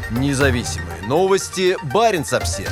Независимые новости. Баренц-Обсервис.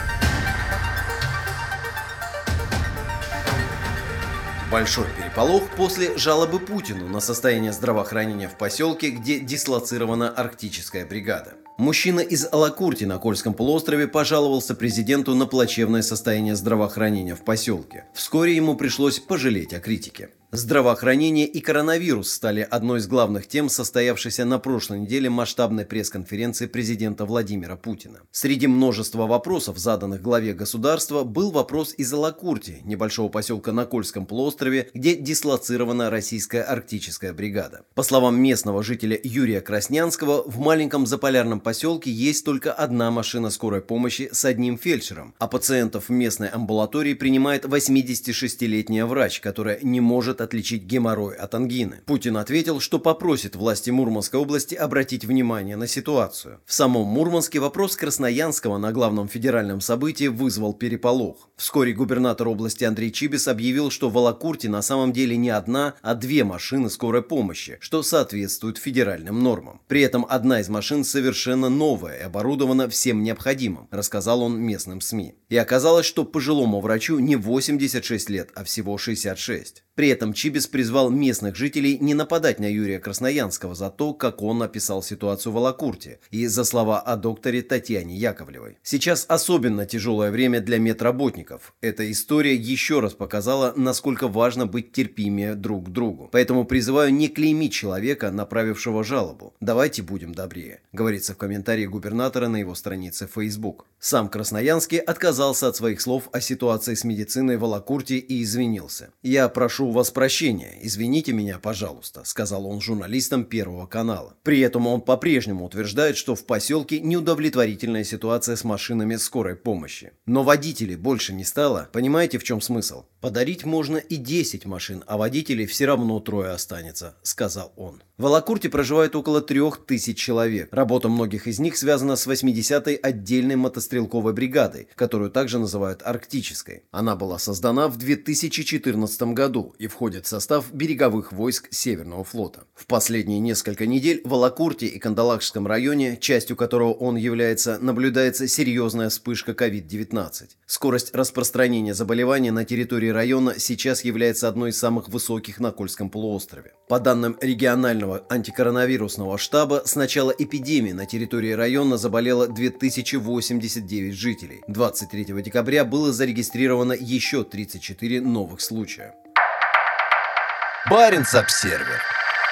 Большой переполох после жалобы Путину на состояние здравоохранения в поселке, где дислоцирована арктическая бригада. Мужчина из Алакурти на Кольском полуострове пожаловался президенту на плачевное состояние здравоохранения в поселке. Вскоре ему пришлось пожалеть о критике. Здравоохранение и коронавирус стали одной из главных тем состоявшейся на прошлой неделе масштабной пресс-конференции президента Владимира Путина. Среди множества вопросов, заданных главе государства, был вопрос из Алакурти, небольшого поселка на Кольском полуострове, где дислоцирована российская арктическая бригада. По словам местного жителя Юрия Краснянского, в маленьком заполярном поселке есть только одна машина скорой помощи с одним фельдшером, а пациентов в местной амбулатории принимает 86-летняя врач, которая не может отличить геморрой от ангины. Путин ответил, что попросит власти Мурманской области обратить внимание на ситуацию. В самом Мурманске вопрос Красноянского на главном федеральном событии вызвал переполох. Вскоре губернатор области Андрей Чибис объявил, что в Алакурте на самом деле не одна, а две машины скорой помощи, что соответствует федеральным нормам. При этом одна из машин совершенно новая и оборудована всем необходимым, рассказал он местным СМИ. И оказалось, что пожилому врачу не 86 лет, а всего 66. При этом Чибис призвал местных жителей не нападать на Юрия Красноянского за то, как он описал ситуацию в Алакурте, и за слова о докторе Татьяне Яковлевой. Сейчас особенно тяжелое время для медработников. Эта история еще раз показала, насколько важно быть терпимее друг к другу. Поэтому призываю не клеймить человека, направившего жалобу. Давайте будем добрее, говорится в комментарии губернатора на его странице в Facebook. Сам Красноянский отказался от своих слов о ситуации с медициной в Алакурте и извинился. «Я прошу у вас прощения, извините меня, пожалуйста», сказал он журналистам Первого канала. При этом он по-прежнему утверждает, что в поселке неудовлетворительная ситуация с машинами скорой помощи. Но водителей больше не стало. Понимаете, в чем смысл? Подарить можно и 10 машин, а водителей все равно 3 останется, сказал он. В Алакурте проживает около 3000 человек. Работа многих из них связана с 80-й отдельной мотострелковой бригадой, которую также называют арктической. Она была создана в 2014 году и входит в состав береговых войск Северного флота. В последние несколько недель в Алакурте и Кандалакшском районе, частью которого он является, наблюдается серьезная вспышка COVID-19. Скорость распространения заболевания на территории района сейчас является одной из самых высоких на Кольском полуострове. По данным регионального антикоронавирусного штаба, с начала эпидемии на территории района заболело 2089 жителей. 23 декабря было зарегистрировано еще 34 новых случая. Баренц-Обсервис.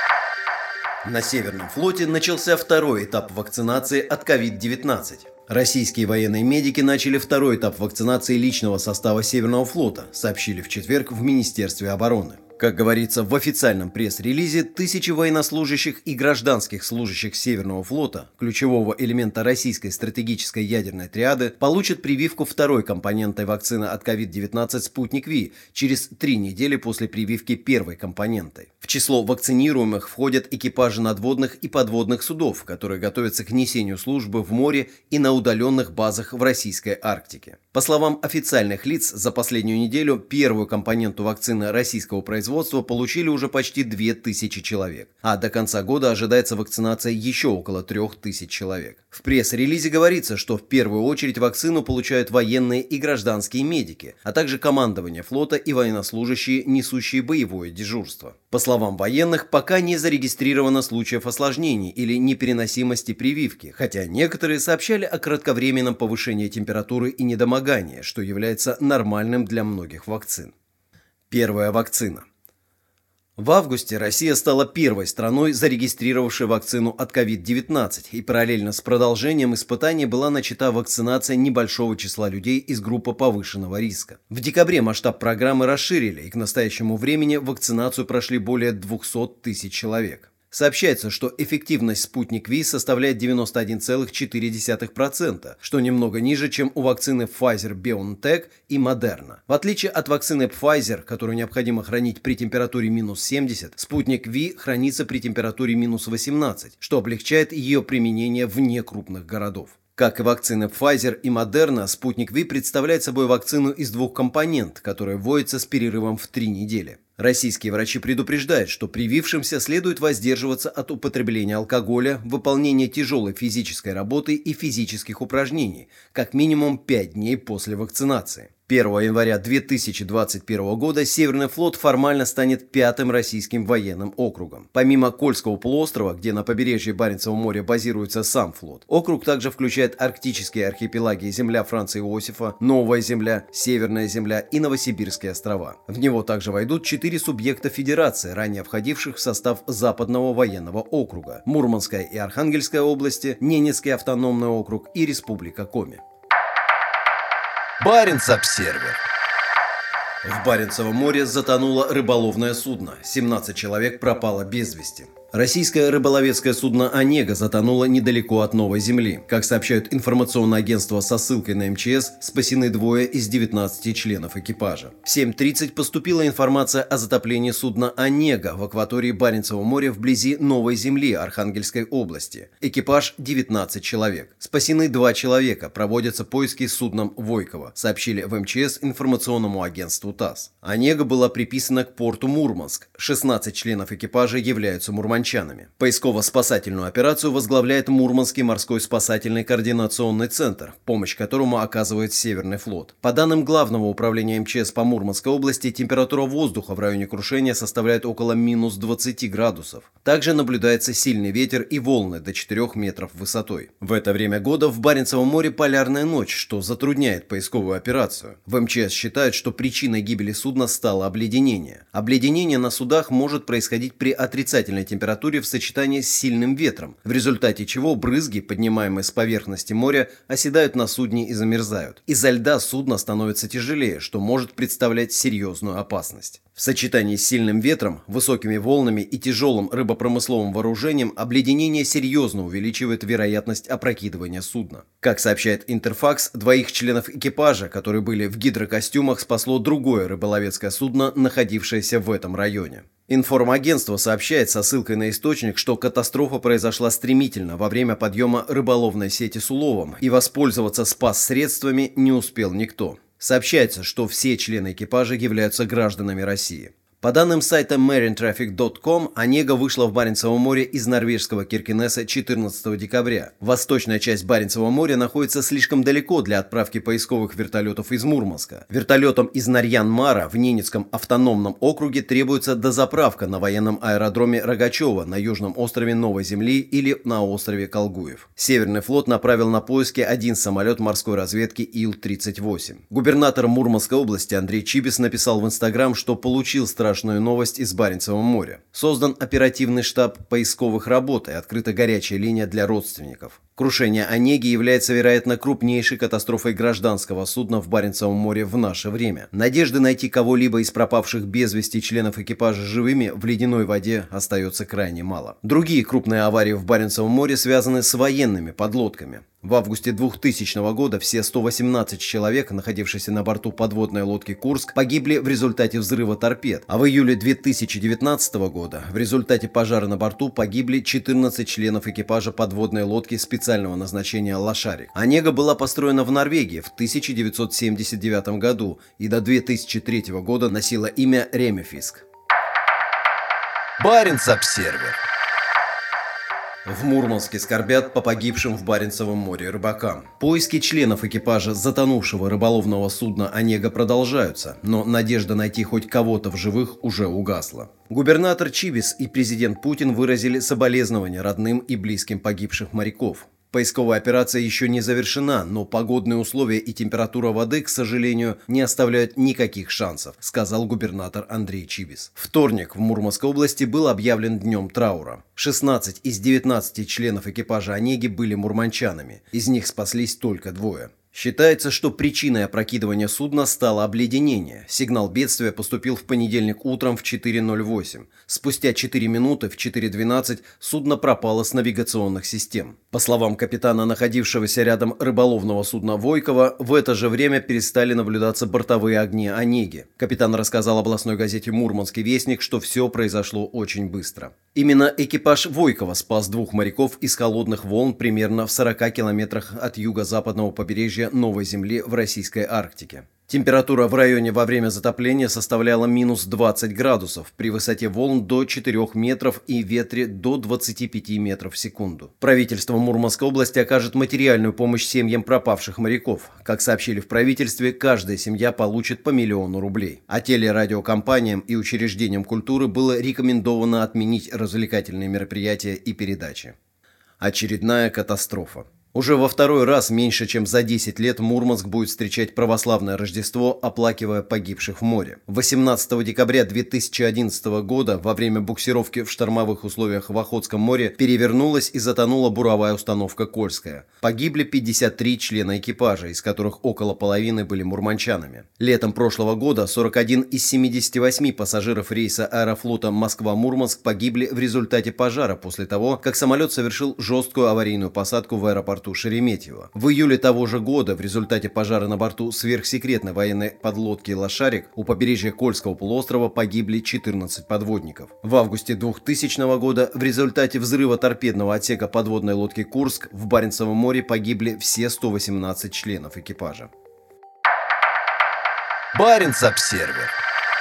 На Северном флоте начался второй этап вакцинации от COVID-19. Российские военные медики начали второй этап вакцинации личного состава Северного флота, сообщили в четверг в Министерстве обороны. Как говорится в официальном пресс-релизе, тысячи военнослужащих и гражданских служащих Северного флота, ключевого элемента российской стратегической ядерной триады, получат прививку второй компонентой вакцины от COVID-19 «Спутник Ви» через 3 недели после прививки первой компонентой. В число вакцинируемых входят экипажи надводных и подводных судов, которые готовятся к несению службы в море и на удаленных базах в российской Арктике. По словам официальных лиц, за последнюю неделю первую компоненту вакцины российского производства получили уже почти 2000 человек, а до конца года ожидается вакцинация еще около 3000 человек. В пресс-релизе говорится, что в первую очередь вакцину получают военные и гражданские медики, а также командование флота и военнослужащие, несущие боевое дежурство. По словам военных, пока не зарегистрировано случаев осложнений или непереносимости прививки, хотя некоторые сообщали о кратковременном повышении температуры и недомогания, что является нормальным для многих вакцин. Первая вакцина. В августе Россия стала первой страной, зарегистрировавшей вакцину от COVID-19, и параллельно с продолжением испытаний была начата вакцинация небольшого числа людей из группы повышенного риска. В декабре масштаб программы расширили, и к настоящему времени вакцинацию прошли более 200 тысяч человек. Сообщается, что эффективность «Спутник Ви» составляет 91,4%, что немного ниже, чем у вакцины Pfizer-BioNTech и Moderna. В отличие от вакцины Pfizer, которую необходимо хранить при температуре минус 70, «Спутник Ви» хранится при температуре минус 18, что облегчает ее применение вне крупных городов. Как и вакцины Pfizer и Moderna, «Спутник Ви» представляет собой вакцину из 2 компонент, которая вводится с перерывом в 3 недели. Российские врачи предупреждают, что привившимся следует воздерживаться от употребления алкоголя, выполнения тяжелой физической работы и физических упражнений, как минимум 5 дней после вакцинации. 1 января 2021 года Северный флот формально станет 5-м российским военным округом. Помимо Кольского полуострова, где на побережье Баренцева моря базируется сам флот, округ также включает арктические архипелаги Земля Франца Иосифа, Новая Земля, Северная Земля и Новосибирские острова. В него также войдут 4 субъекта Федерации, ранее входивших в состав Западного военного округа: Мурманская и Архангельская области, Ненецкий автономный округ и Республика Коми. Баренц-Обсервер. В Баренцевом море затонуло рыболовное судно. 17 человек пропало без вести. Российское рыболовецкое судно «Онега» затонуло недалеко от Новой Земли. Как сообщают информационное агентство со ссылкой на МЧС, спасены 2 из 19 членов экипажа. В 7:30 поступила информация о затоплении судна «Онега» в акватории Баренцева моря вблизи Новой Земли Архангельской области. Экипаж 19 человек. Спасены 2 человека. Проводятся поиски с судном «Войково», сообщили в МЧС информационному агентству ТАСС. «Онега» была приписана к порту Мурманск. 16 членов экипажа являются мурманчанами. Поисково-спасательную операцию возглавляет Мурманский морской спасательный координационный центр, помощь которому оказывает Северный флот. По данным Главного управления МЧС по Мурманской области, температура воздуха в районе крушения составляет около минус 20 градусов. Также наблюдается сильный ветер и волны до 4 метров высотой. В это время года в Баренцевом море полярная ночь, что затрудняет поисковую операцию. В МЧС считают, что причиной гибели судна стало обледенение. Обледенение на судах может происходить при отрицательной температуре в сочетании с сильным ветром, в результате чего брызги, поднимаемые с поверхности моря, оседают на судне и замерзают. Из-за льда судно становится тяжелее, что может представлять серьезную опасность. В сочетании с сильным ветром, высокими волнами и тяжелым рыбопромысловым вооружением обледенение серьезно увеличивает вероятность опрокидывания судна. Как сообщает Интерфакс, 2 членов экипажа, которые были в гидрокостюмах, спасло другое рыболовецкое судно, находившееся в этом районе. Информагентство сообщает со ссылкой на источник, что катастрофа произошла стремительно во время подъема рыболовной сети с уловом, и воспользоваться спас-средствами не успел никто. Сообщается, что все члены экипажа являются гражданами России. По данным сайта marinetraffic.com, «Онега» вышла в Баренцевом море из норвежского Киркенеса 14 декабря. Восточная часть Баренцева моря находится слишком далеко для отправки поисковых вертолетов из Мурманска. Вертолетам из Нарьян-Мара в Ненецком автономном округе требуется дозаправка на военном аэродроме Рогачева на южном острове Новой Земли или на острове Колгуев. Северный флот направил на поиски 1 самолет морской разведки Ил-38. Губернатор Мурманской области Андрей Чибис написал в Инстаграм, что получил страшную новость из Баренцева моря. Создан оперативный штаб поисковых работ и открыта горячая линия для родственников. Крушение «Онеги» является, вероятно, крупнейшей катастрофой гражданского судна в Баренцевом море в наше время. Надежды найти кого-либо из пропавших без вести членов экипажа живыми в ледяной воде остается крайне мало. Другие крупные аварии в Баренцевом море связаны с военными подлодками. В августе 2000 года все 118 человек, находившиеся на борту подводной лодки «Курск», погибли в результате взрыва торпед, а в июле 2019 года в результате пожара на борту погибли 14 членов экипажа подводной лодки специального назначения «Лошарик». «Онега» была построена в Норвегии в 1979 году и до 2003 года носила имя «Ремефиск». Баренц-Обсервер. В Мурманске скорбят по погибшим в Баренцевом море рыбакам. Поиски членов экипажа затонувшего рыболовного судна «Онега» продолжаются, но надежда найти хоть кого-то в живых уже угасла. Губернатор Чибис и президент Путин выразили соболезнования родным и близким погибших моряков. Поисковая операция еще не завершена, но погодные условия и температура воды, к сожалению, не оставляют никаких шансов, сказал губернатор Андрей Чибис. Вторник в Мурманской области был объявлен днем траура. 16 из 19 членов экипажа «Онеги» были мурманчанами, из них спаслись только 2. Считается, что причиной опрокидывания судна стало обледенение. Сигнал бедствия поступил в понедельник утром в 4:08. Спустя 4 минуты в 4:12 судно пропало с навигационных систем. По словам капитана, находившегося рядом рыболовного судна «Войково», в это же время перестали наблюдаться бортовые огни «Онеги». Капитан рассказал областной газете «Мурманский вестник», что все произошло очень быстро. Именно экипаж «Войково» спас 2 моряков из холодных волн примерно в 40 километрах от юго-западного побережья затопления новой Земли в российской Арктике. Температура в районе во время затопления составляла минус 20 градусов, при высоте волн до 4 метров и ветре до 25 метров в секунду. Правительство Мурманской области окажет материальную помощь семьям пропавших моряков. Как сообщили в правительстве, каждая семья получит по 1 000 000 рублей. А телерадиокомпаниям и учреждениям культуры было рекомендовано отменить развлекательные мероприятия и передачи. Очередная катастрофа. Уже во второй раз меньше чем за 10 лет Мурманск будет встречать православное Рождество, оплакивая погибших в море. 18 декабря 2011 года во время буксировки в штормовых условиях в Охотском море перевернулась и затонула буровая установка «Кольская». Погибли 53 члена экипажа, из которых около половины были мурманчанами. Летом прошлого года 41 из 78 пассажиров рейса Аэрофлота Москва-Мурманск погибли в результате пожара после того, как самолет совершил жесткую аварийную посадку в аэропорту Шереметьево. В июле того же года в результате пожара на борту сверхсекретной военной подлодки «Лошарик» у побережья Кольского полуострова погибли 14 подводников. В августе 2000 года в результате взрыва торпедного отсека подводной лодки «Курск» в Баренцевом море погибли все 118 членов экипажа. Баренц-Обсервер.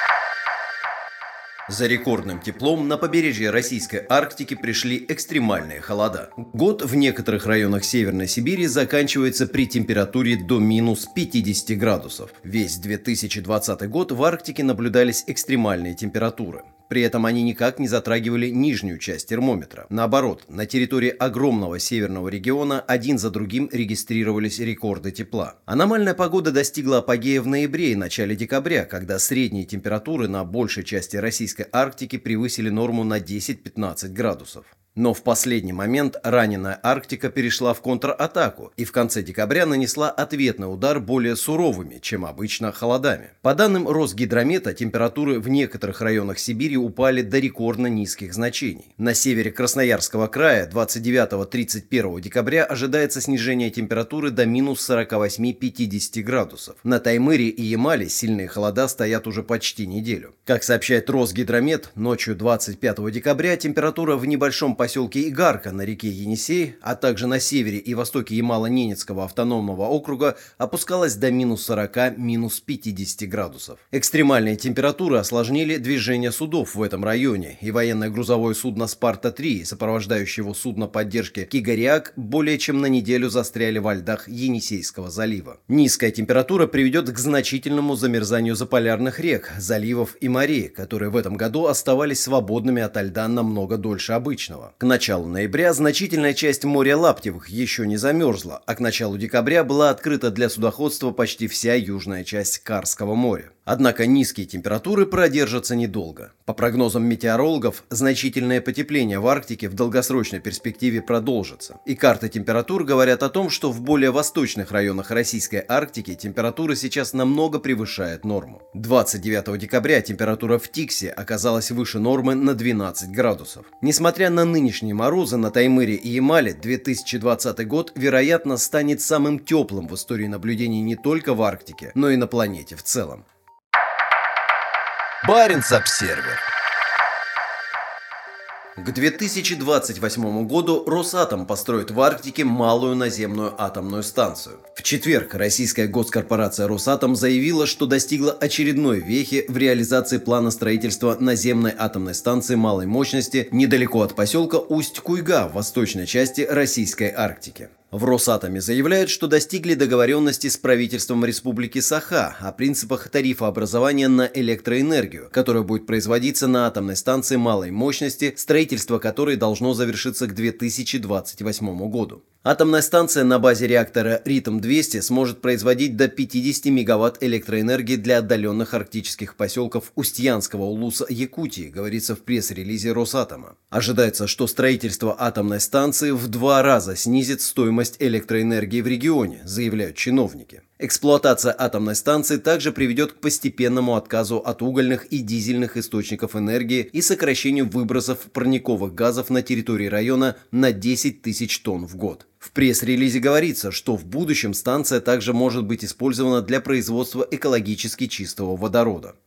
За рекордным теплом на побережье российской Арктики пришли экстремальные холода. Год в некоторых районах Северной Сибири заканчивается при температуре до минус 50 градусов. Весь 2020 год в Арктике наблюдались экстремальные температуры. При этом они никак не затрагивали нижнюю часть термометра. Наоборот, на территории огромного северного региона один за другим регистрировались рекорды тепла. Аномальная погода достигла апогея в ноябре и начале декабря, когда средние температуры на большей части российской Арктики превысили норму на 10-15 градусов. Но в последний момент раненая Арктика перешла в контратаку и в конце декабря нанесла ответный удар более суровыми, чем обычно, холодами. По данным Росгидромета, температуры в некоторых районах Сибири упали до рекордно низких значений. На севере Красноярского края 29-31 декабря ожидается снижение температуры до минус 48-50 градусов. На Таймыре и Ямале сильные холода стоят уже почти неделю. Как сообщает Росгидромет, ночью 25 декабря температура в небольшом поселке Игарка на реке Енисей, а также на севере и востоке Ямало-Ненецкого автономного округа опускалась до минус 40, минус 50 градусов. Экстремальные температуры осложнили движение судов в этом районе, и военное грузовое судно «Спарта-3», сопровождающее его судно поддержки «Кигариак», более чем на неделю застряли во льдах Енисейского залива. Низкая температура приведет к значительному замерзанию заполярных рек, заливов и морей, которые в этом году оставались свободными ото льда намного дольше обычного. К началу ноября значительная часть моря Лаптевых еще не замерзла, а к началу декабря была открыта для судоходства почти вся южная часть Карского моря. Однако низкие температуры продержатся недолго. По прогнозам метеорологов, значительное потепление в Арктике в долгосрочной перспективе продолжится. И карты температур говорят о том, что в более восточных районах российской Арктики температура сейчас намного превышает норму. 29 декабря температура в Тиксе оказалась выше нормы на 12 градусов. Несмотря на нынешние морозы на Таймыре и Ямале, 2020 год, вероятно, станет самым теплым в истории наблюдений не только в Арктике, но и на планете в целом. Баренц-Обсервер. К 2028 году Росатом построит в Арктике малую наземную атомную станцию. В четверг российская госкорпорация Росатом заявила, что достигла очередной вехи в реализации плана строительства наземной атомной станции малой мощности недалеко от поселка Усть-Куйга в восточной части российской Арктики. В Росатоме заявляют, что достигли договоренности с правительством Республики Саха о принципах тарифообразования на электроэнергию, которая будет производиться на атомной станции малой мощности, строительство которой должно завершиться к 2028 году. Атомная станция на базе реактора Ритм-200 сможет производить до 50 мегаватт электроэнергии для отдаленных арктических поселков Устьянского улуса Якутии, говорится в пресс-релизе Росатома. Ожидается, что строительство атомной станции в 2 раза снизит стоимость электроэнергии в регионе, заявляют чиновники. Эксплуатация атомной станции также приведет к постепенному отказу от угольных и дизельных источников энергии и сокращению выбросов парниковых газов на территории района на 10 тысяч тонн в год. В пресс-релизе говорится, что в будущем станция также может быть использована для производства экологически чистого водорода.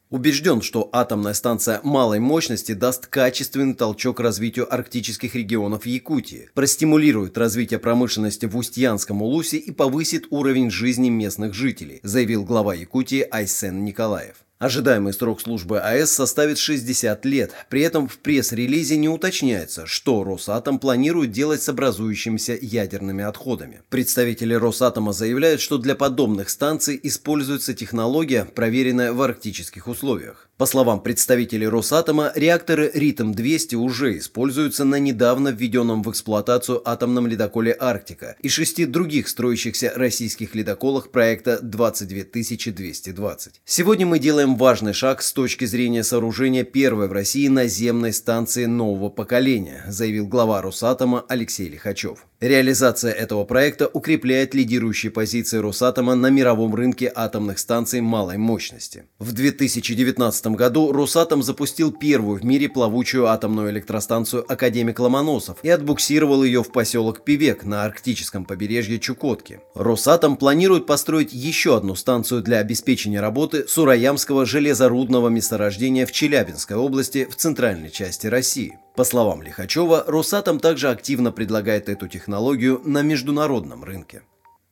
Убежден, что атомная станция малой мощности даст качественный толчок развитию арктических регионов Якутии, простимулирует развитие промышленности в Устьянском улусе и повысит уровень жизни местных жителей, заявил глава Якутии Айсен Николаев. Ожидаемый срок службы АЭС составит 60 лет. При этом в пресс-релизе не уточняется, что Росатом планирует делать с образующимися ядерными отходами. Представители Росатома заявляют, что для подобных станций используется технология, проверенная в арктических условиях. По словам представителей Росатома, реакторы Ритм-200 уже используются на недавно введенном в эксплуатацию атомном ледоколе «Арктика» и 6 других строящихся российских ледоколах проекта 22220. Сегодня мы делаем важный шаг с точки зрения сооружения первой в России наземной станции нового поколения, заявил глава Росатома Алексей Лихачев. Реализация этого проекта укрепляет лидирующие позиции Росатома на мировом рынке атомных станций малой мощности. В 2019 году Росатом запустил первую в мире плавучую атомную электростанцию «Академик Ломоносов» и отбуксировал ее в поселок Певек на арктическом побережье Чукотки. Росатом планирует построить еще одну станцию для обеспечения работы Суроямского железорудного месторождения в Челябинской области в центральной части России. По словам Лихачева, Росатом также активно предлагает эту технологию на международном рынке.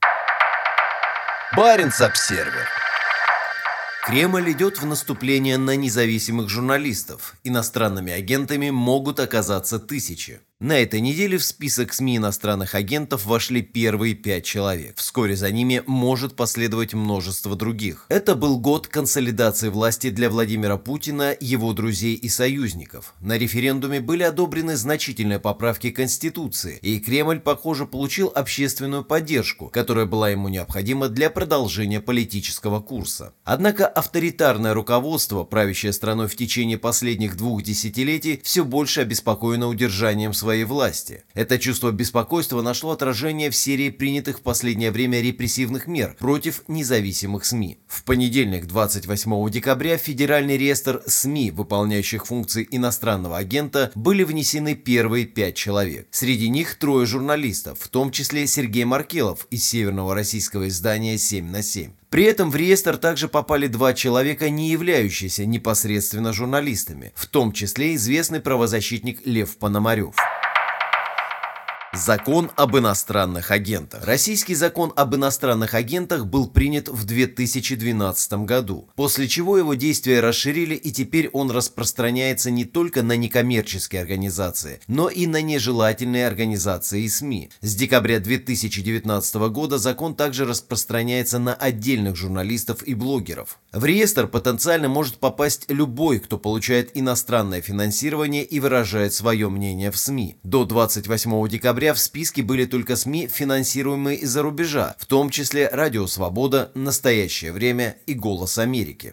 Баренц-Обсервер. Кремль идет в наступление на независимых журналистов. Иностранными агентами могут оказаться тысячи. На этой неделе в список СМИ иностранных агентов вошли первые 5 человек. Вскоре за ними может последовать множество других. Это был год консолидации власти для Владимира Путина, его друзей и союзников. На референдуме были одобрены значительные поправки Конституции, и Кремль, похоже, получил общественную поддержку, которая была ему необходима для продолжения политического курса. Однако авторитарное руководство, правящее страной в течение последних 2 десятилетий, все больше обеспокоено удержанием своей власти. Это чувство беспокойства нашло отражение в серии принятых в последнее время репрессивных мер против независимых СМИ. В понедельник, 28 декабря, в Федеральный реестр СМИ, выполняющих функции иностранного агента, были внесены первые 5 человек. Среди них 3 журналистов, в том числе Сергей Маркелов из северного российского издания «7/7». При этом в реестр также попали 2 человека, не являющиеся непосредственно журналистами, в том числе известный правозащитник Лев Пономарев. Закон об иностранных агентах. Российский закон об иностранных агентах был принят в 2012 году, после чего его действия расширили, и теперь он распространяется не только на некоммерческие организации, но и на нежелательные организации и СМИ. С декабря 2019 года закон также распространяется на отдельных журналистов и блогеров. В реестр потенциально может попасть любой, кто получает иностранное финансирование и выражает свое мнение в СМИ. До 28 декабря в списке были только СМИ, финансируемые из-за рубежа, в том числе «Радио Свобода», «Настоящее время» и «Голос Америки».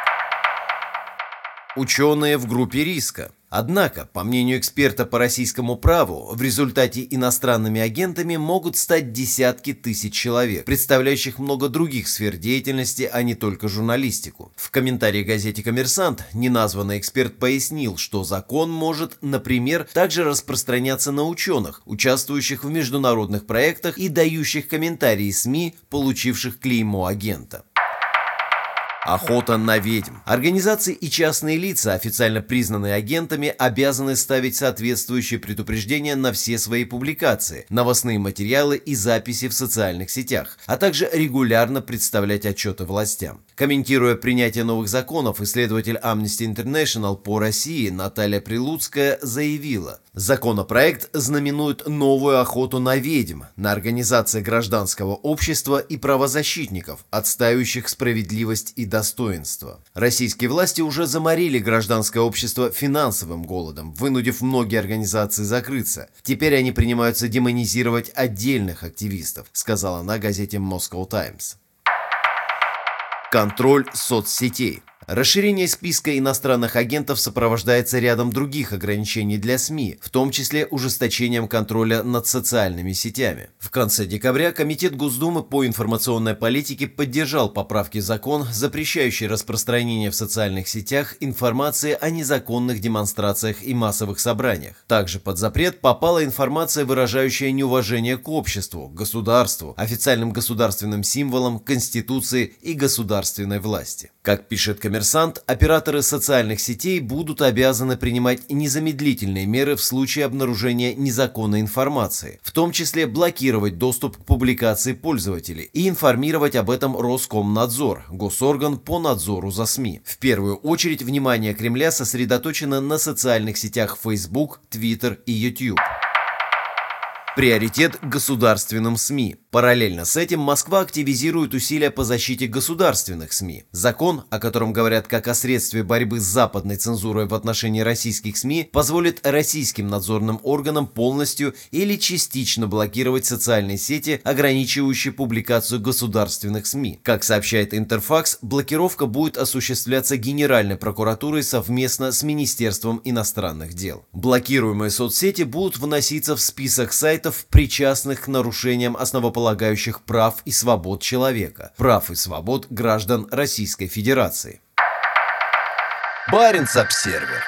Ученые в группе риска. Однако, по мнению эксперта по российскому праву, в результате иностранными агентами могут стать десятки тысяч человек, представляющих много других сфер деятельности, а не только журналистику. В комментарии газете «Коммерсант» неназванный эксперт пояснил, что закон может, например, также распространяться на ученых, участвующих в международных проектах и дающих комментарии СМИ, получивших клеймо агента. Охота на ведьм. Организации и частные лица, официально признанные агентами, обязаны ставить соответствующие предупреждения на все свои публикации, новостные материалы и записи в социальных сетях, а также регулярно представлять отчеты властям. Комментируя принятие новых законов, исследователь Amnesty International по России Наталья Прилуцкая заявила: законопроект знаменует новую охоту на ведьм, на организации гражданского общества и правозащитников, отстаивающих справедливость и достоинство. Российские власти уже заморили гражданское общество финансовым голодом, вынудив многие организации закрыться. Теперь они принимаются демонизировать отдельных активистов, сказала она газете Moscow Times. Контроль соцсетей. Расширение списка иностранных агентов сопровождается рядом других ограничений для СМИ, в том числе ужесточением контроля над социальными сетями. В конце декабря Комитет Госдумы по информационной политике поддержал поправки в закон, запрещающий распространение в социальных сетях информации о незаконных демонстрациях и массовых собраниях. Также под запрет попала информация, выражающая неуважение к обществу, государству, официальным государственным символам, Конституции и государственной власти. Как пишет «Коммерсант», операторы социальных сетей будут обязаны принимать незамедлительные меры в случае обнаружения незаконной информации, в том числе блокировать доступ к публикации пользователей и информировать об этом Роскомнадзор, госорган по надзору за СМИ. В первую очередь внимание Кремля сосредоточено на социальных сетях Facebook, Twitter и YouTube. Приоритет государственным СМИ. Параллельно с этим Москва активизирует усилия по защите государственных СМИ. Закон, о котором говорят как о средстве борьбы с западной цензурой в отношении российских СМИ, позволит российским надзорным органам полностью или частично блокировать социальные сети, ограничивающие публикацию государственных СМИ. Как сообщает Интерфакс, блокировка будет осуществляться Генеральной прокуратурой совместно с Министерством иностранных дел. Блокируемые соцсети будут вноситься в список сайтов, причастных к нарушениям основополагающих прав и свобод человека, прав и свобод граждан Российской Федерации. Баренц-Обсервер.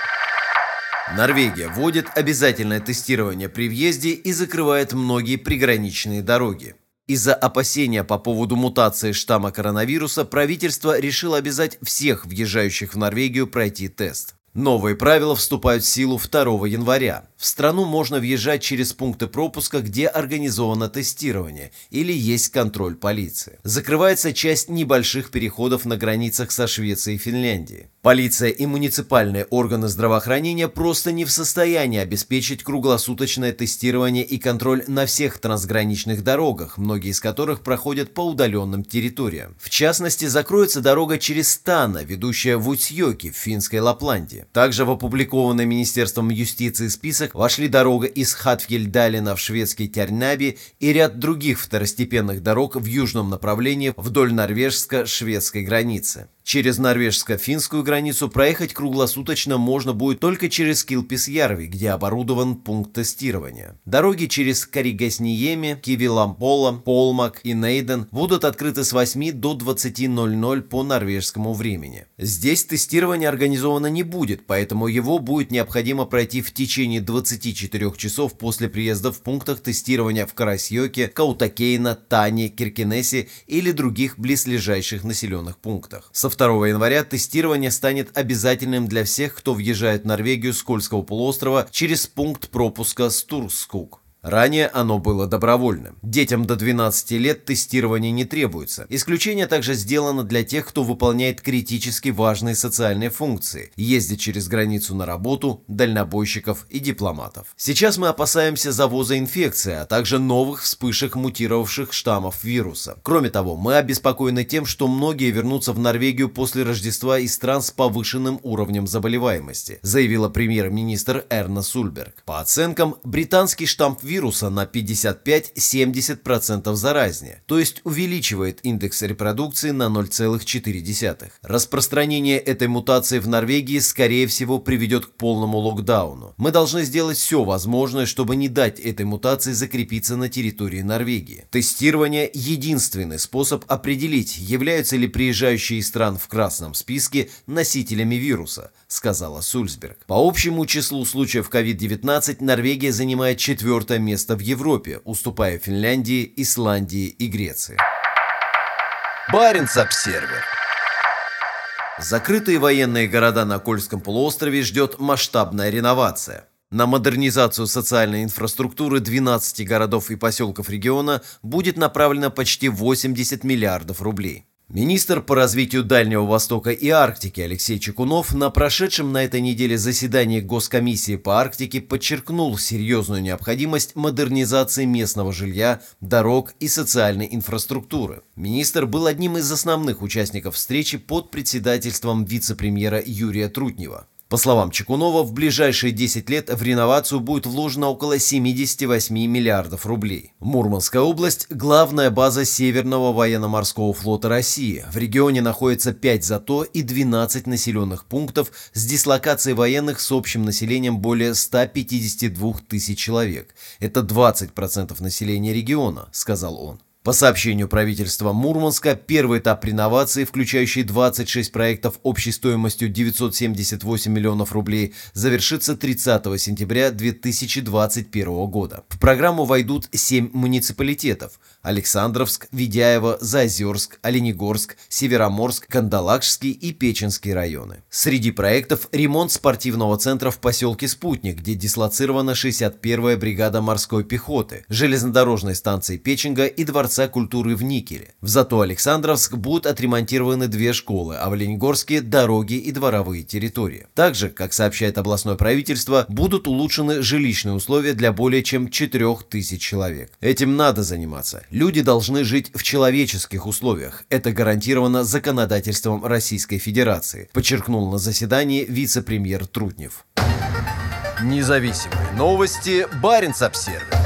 Норвегия вводит обязательное тестирование при въезде и закрывает многие приграничные дороги. Из-за опасения по поводу мутации штамма коронавируса правительство решило обязать всех въезжающих в Норвегию пройти тест. Новые правила вступают в силу 2 января. В страну можно въезжать через пункты пропуска, где организовано тестирование или есть контроль полиции. Закрывается часть небольших переходов на границах со Швецией и Финляндией. Полиция и муниципальные органы здравоохранения просто не в состоянии обеспечить круглосуточное тестирование и контроль на всех трансграничных дорогах, многие из которых проходят по удаленным территориям. В частности, закроется дорога через Стана, ведущая в Утсьёки в финской Лапландии. Также в опубликованный Министерством юстиции список вошли дорога из Хатфьельдалена в шведский Тярнаби и ряд других второстепенных дорог в южном направлении вдоль норвежско-шведской границы. Через норвежско-финскую границу проехать круглосуточно можно будет только через Килписjärvi, где оборудован пункт тестирования. Дороги через Каригасниеми, Кивилампола, Полмак и Нейден будут открыты с 8 до 20:00 по норвежскому времени. Здесь тестирование организовано не будет, поэтому его будет необходимо пройти в течение 24 часов после приезда в пунктах тестирования в Карасьёке, Каутакейна, Тане, Киркенесе или других близлежащих населенных пунктах. Со 2 января тестирование станет обязательным для всех, кто въезжает в Норвегию с Кольского полуострова через пункт пропуска Сторског. Ранее оно было добровольным. Детям до 12 лет тестирование не требуется. Исключение также сделано для тех, кто выполняет критически важные социальные функции, ездит через границу на работу, дальнобойщиков и дипломатов. Сейчас мы опасаемся завоза инфекции, а также новых вспышек мутировавших штаммов вируса. Кроме того, мы обеспокоены тем, что многие вернутся в Норвегию после Рождества из стран с повышенным уровнем заболеваемости, заявила премьер-министр Эрна Сольберг. По оценкам, британский штамм вируса на 55-70% заразнее, то есть увеличивает индекс репродукции на 0,4. Распространение этой мутации в Норвегии, скорее всего, приведет к полному локдауну. Мы должны сделать все возможное, чтобы не дать этой мутации закрепиться на территории Норвегии. Тестирование – единственный способ определить, являются ли приезжающие из стран в красном списке носителями вируса, сказала Сольберг. По общему числу случаев COVID-19 Норвегия занимает 4-е место в Европе, уступая Финляндии, Исландии и Греции. Баренц-Обсервер. Закрытые военные города на Кольском полуострове ждет масштабная реновация. На модернизацию социальной инфраструктуры 12 городов и поселков региона будет направлено почти 80 миллиардов рублей. Министр по развитию Дальнего Востока и Арктики Алексей Чекунов на прошедшем на этой неделе заседании Госкомиссии по Арктике подчеркнул серьезную необходимость модернизации местного жилья, дорог и социальной инфраструктуры. Министр был одним из основных участников встречи под председательством вице-премьера Юрия Трутнева. По словам Чекунова, в ближайшие 10 лет в реновацию будет вложено около 78 миллиардов рублей. Мурманская область – главная база Северного военно-морского флота России. В регионе находится 5 ЗАТО и 12 населенных пунктов с дислокацией военных с общим населением более 152 тысяч человек. Это 20% населения региона, сказал он. По сообщению правительства Мурманска, первый этап реновации, включающий 26 проектов общей стоимостью 978 миллионов рублей, завершится 30 сентября 2021 года. В программу войдут 7 муниципалитетов: Александровск, Ведяево, Заозерск, Оленегорск, Североморск, Кандалакшский и Печенский районы. Среди проектов ремонт спортивного центра в поселке Спутник, где дислоцирована 61-я бригада морской пехоты, железнодорожной станции Печенга и Дворца культуры в Никеле. В Зато Александровск будут отремонтированы 2 школы, а в Оленегорске – дороги и дворовые территории. Также, как сообщает областное правительство, будут улучшены жилищные условия для более чем 4000 человек. Этим надо заниматься. Люди должны жить в человеческих условиях. Это гарантировано законодательством Российской Федерации, подчеркнул на заседании вице-премьер Трутнев. Независимые новости. Баренц-Обсервис.